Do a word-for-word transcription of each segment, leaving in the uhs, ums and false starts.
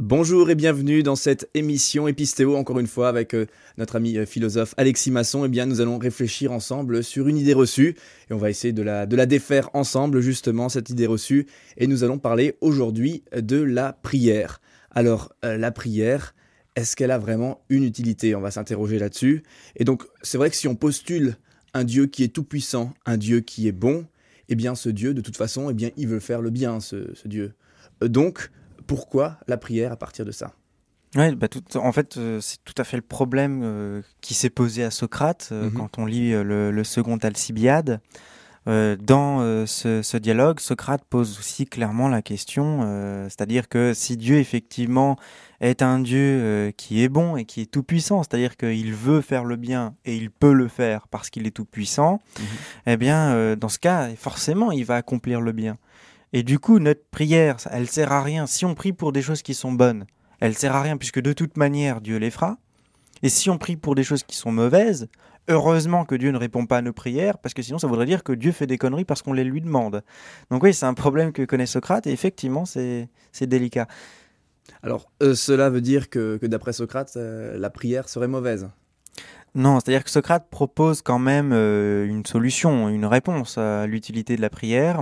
Bonjour et bienvenue dans cette émission Épistéo, encore une fois avec euh, notre ami euh, philosophe Alexis Masson. Eh bien, nous allons réfléchir ensemble sur une idée reçue et on va essayer de la, de la défaire ensemble, justement, cette idée reçue. Et nous allons parler aujourd'hui de la prière. Alors, euh, la prière, est-ce qu'elle a vraiment une utilité ? On va s'interroger là-dessus. Et donc, c'est vrai que si on postule un Dieu qui est tout-puissant, un Dieu qui est bon, eh bien, ce Dieu, de toute façon, eh bien, il veut faire le bien, ce, ce Dieu. Euh, donc, pourquoi la prière à partir de ça ? Ouais, bah tout, en fait, euh, c'est tout à fait le problème euh, qui s'est posé à Socrate euh, Mhm. quand on lit euh, le, le second Alcibiade. Euh, dans euh, ce, ce dialogue, Socrate pose aussi clairement la question, euh, c'est-à-dire que si Dieu effectivement est un Dieu euh, qui est bon et qui est tout-puissant, c'est-à-dire qu'il veut faire le bien et il peut le faire parce qu'il est tout-puissant, Mhm. eh bien, euh, dans ce cas, forcément, il va accomplir le bien. Et du coup, notre prière, elle sert à rien. Si on prie pour des choses qui sont bonnes, elle sert à rien puisque de toute manière, Dieu les fera. Et si on prie pour des choses qui sont mauvaises, heureusement que Dieu ne répond pas à nos prières, parce que sinon ça voudrait dire que Dieu fait des conneries parce qu'on les lui demande. Donc oui, c'est un problème que connaît Socrate et effectivement, c'est, c'est délicat. Alors, euh, cela veut dire que, que d'après Socrate, euh, la prière serait mauvaise. Non, c'est-à-dire que Socrate propose quand même euh, une solution, une réponse à l'utilité de la prière,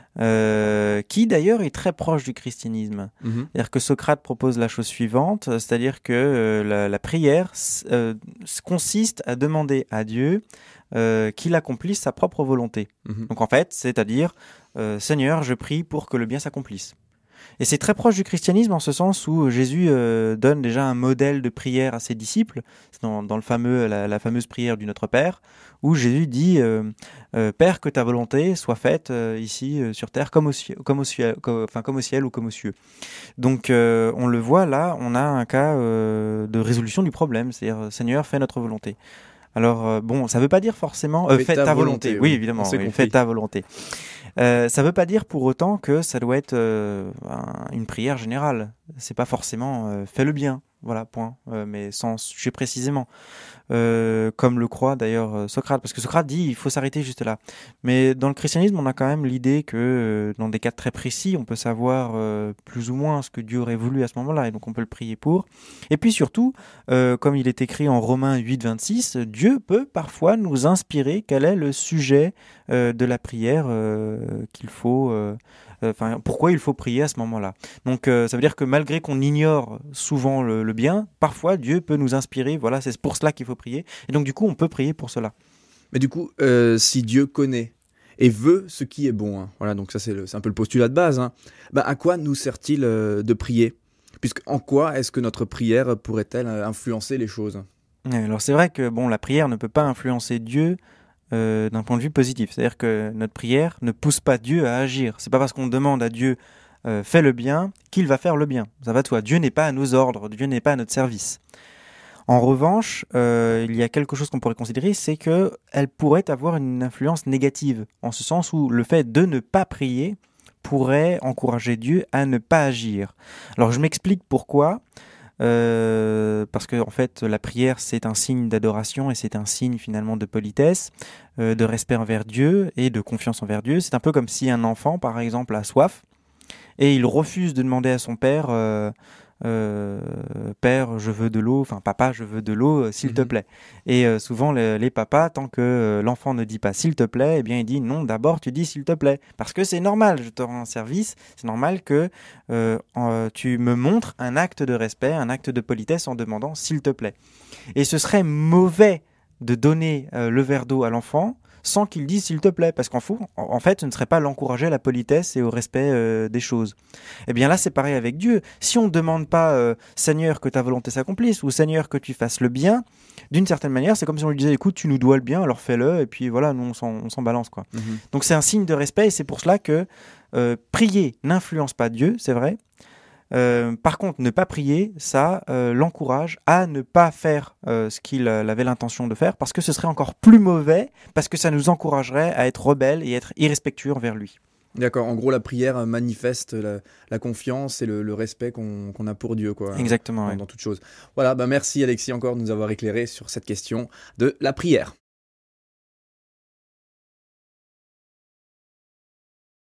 euh, qui d'ailleurs est très proche du christianisme. Mhm. C'est-à-dire que Socrate propose la chose suivante, c'est-à-dire que euh, la, la prière euh, consiste à demander à Dieu euh, qu'il accomplisse sa propre volonté. Mhm. Donc en fait, c'est-à-dire, euh, Seigneur, je prie pour que le bien s'accomplisse. Et c'est très proche du christianisme en ce sens où Jésus euh, donne déjà un modèle de prière à ses disciples. C'est dans, dans le fameux, la, la fameuse prière du Notre Père, où Jésus dit euh, euh, Père, que ta volonté soit faite euh, ici euh, sur terre comme au, ciel, comme, au ciel, comme, enfin, comme au ciel ou comme aux cieux. Donc euh, on le voit là, on a un cas euh, de résolution du problème, c'est-à-dire Seigneur, fais notre volonté. Alors euh, bon, ça ne veut pas dire forcément euh, Fais fais ta ta volonté, volonté. oui. Oui, On évidemment, s'est oui, compris. fais ta volonté. Euh, ça ne veut pas dire pour autant que ça doit être euh, un- une prière générale. C'est pas forcément euh, fais le bien, voilà, point. Euh, mais sans sujet précisément. Euh, comme le croit d'ailleurs euh, Socrate, parce que Socrate dit il faut s'arrêter juste là. Mais dans le christianisme, on a quand même l'idée que euh, dans des cas très précis, on peut savoir euh, plus ou moins ce que Dieu aurait voulu à ce moment-là, et donc on peut le prier pour. Et puis surtout, euh, comme il est écrit en Romains huit, vingt-six, Dieu peut parfois nous inspirer quel est le sujet euh, de la prière euh, qu'il faut, euh, enfin pourquoi il faut prier à ce moment-là. Donc euh, ça veut dire que malgré qu'on ignore souvent le, le bien, parfois Dieu peut nous inspirer. Voilà, c'est pour cela qu'il faut prier. Et donc du coup, on peut prier pour cela. Mais du coup, euh, si Dieu connaît et veut ce qui est bon, hein, voilà, donc ça c'est, le- c'est un peu le postulat de base, hein, bah, à quoi nous sert-il euh, de prier ? Puisque en quoi est-ce que notre prière pourrait-elle euh, influencer les choses ? Ouais, alors c'est vrai que bon, la prière ne peut pas influencer Dieu euh, d'un point de vue positif. C'est-à-dire que notre prière ne pousse pas Dieu à agir. C'est pas parce qu'on demande à Dieu euh, fais le bien qu'il va faire le bien. Ça va de soi. Dieu n'est pas à nos ordres. Dieu n'est pas à notre service. En revanche, euh, il y a quelque chose qu'on pourrait considérer, c'est qu'elle pourrait avoir une influence négative, en ce sens où le fait de ne pas prier pourrait encourager Dieu à ne pas agir. Alors je m'explique pourquoi. Euh, parce que en fait, la prière, c'est un signe d'adoration et c'est un signe finalement de politesse, euh, de respect envers Dieu et de confiance envers Dieu. C'est un peu comme si un enfant, par exemple, a soif et il refuse de demander à son père euh, euh, Père, je veux de l'eau, enfin papa, je veux de l'eau, euh, s'il Mhm. te plaît. Et euh, souvent, le- les papas, tant que euh, l'enfant ne dit pas s'il te plaît, eh bien, il dit non, d'abord, tu dis s'il te plaît. Parce que c'est normal, je te rends un service, c'est normal que euh, en- tu me montres un acte de respect, un acte de politesse en demandant s'il te plaît. Et ce serait mauvais de donner euh, le verre d'eau à l'enfant sans qu'il dise s'il te plaît, parce qu'en fou- en en fait, ce ne serait pas l'encourager à la politesse et au respect euh, des choses. Eh bien là, c'est pareil avec Dieu. Si on ne demande pas euh, Seigneur, que ta volonté s'accomplisse, ou Seigneur, que tu fasses le bien, d'une certaine manière, c'est comme si on lui disait, écoute, tu nous dois le bien, alors fais-le, et puis voilà, nous, on s'en, on s'en balance, quoi. Mhm. Donc c'est un signe de respect, et c'est pour cela que euh, prier n'influence pas Dieu, c'est vrai. Euh, par contre, ne pas prier, ça euh, l'encourage à ne pas faire euh, ce qu'il euh, avait l'intention de faire, parce que ce serait encore plus mauvais, parce que ça nous encouragerait à être rebelles et être irrespectueux envers lui. D'accord, en gros la prière euh, manifeste la, la confiance et le, le respect qu'on, qu'on a pour Dieu, quoi, Exactement, dans, ouais. dans toute chose. Voilà, bah merci Alexis encore de nous avoir éclairé sur cette question de la prière.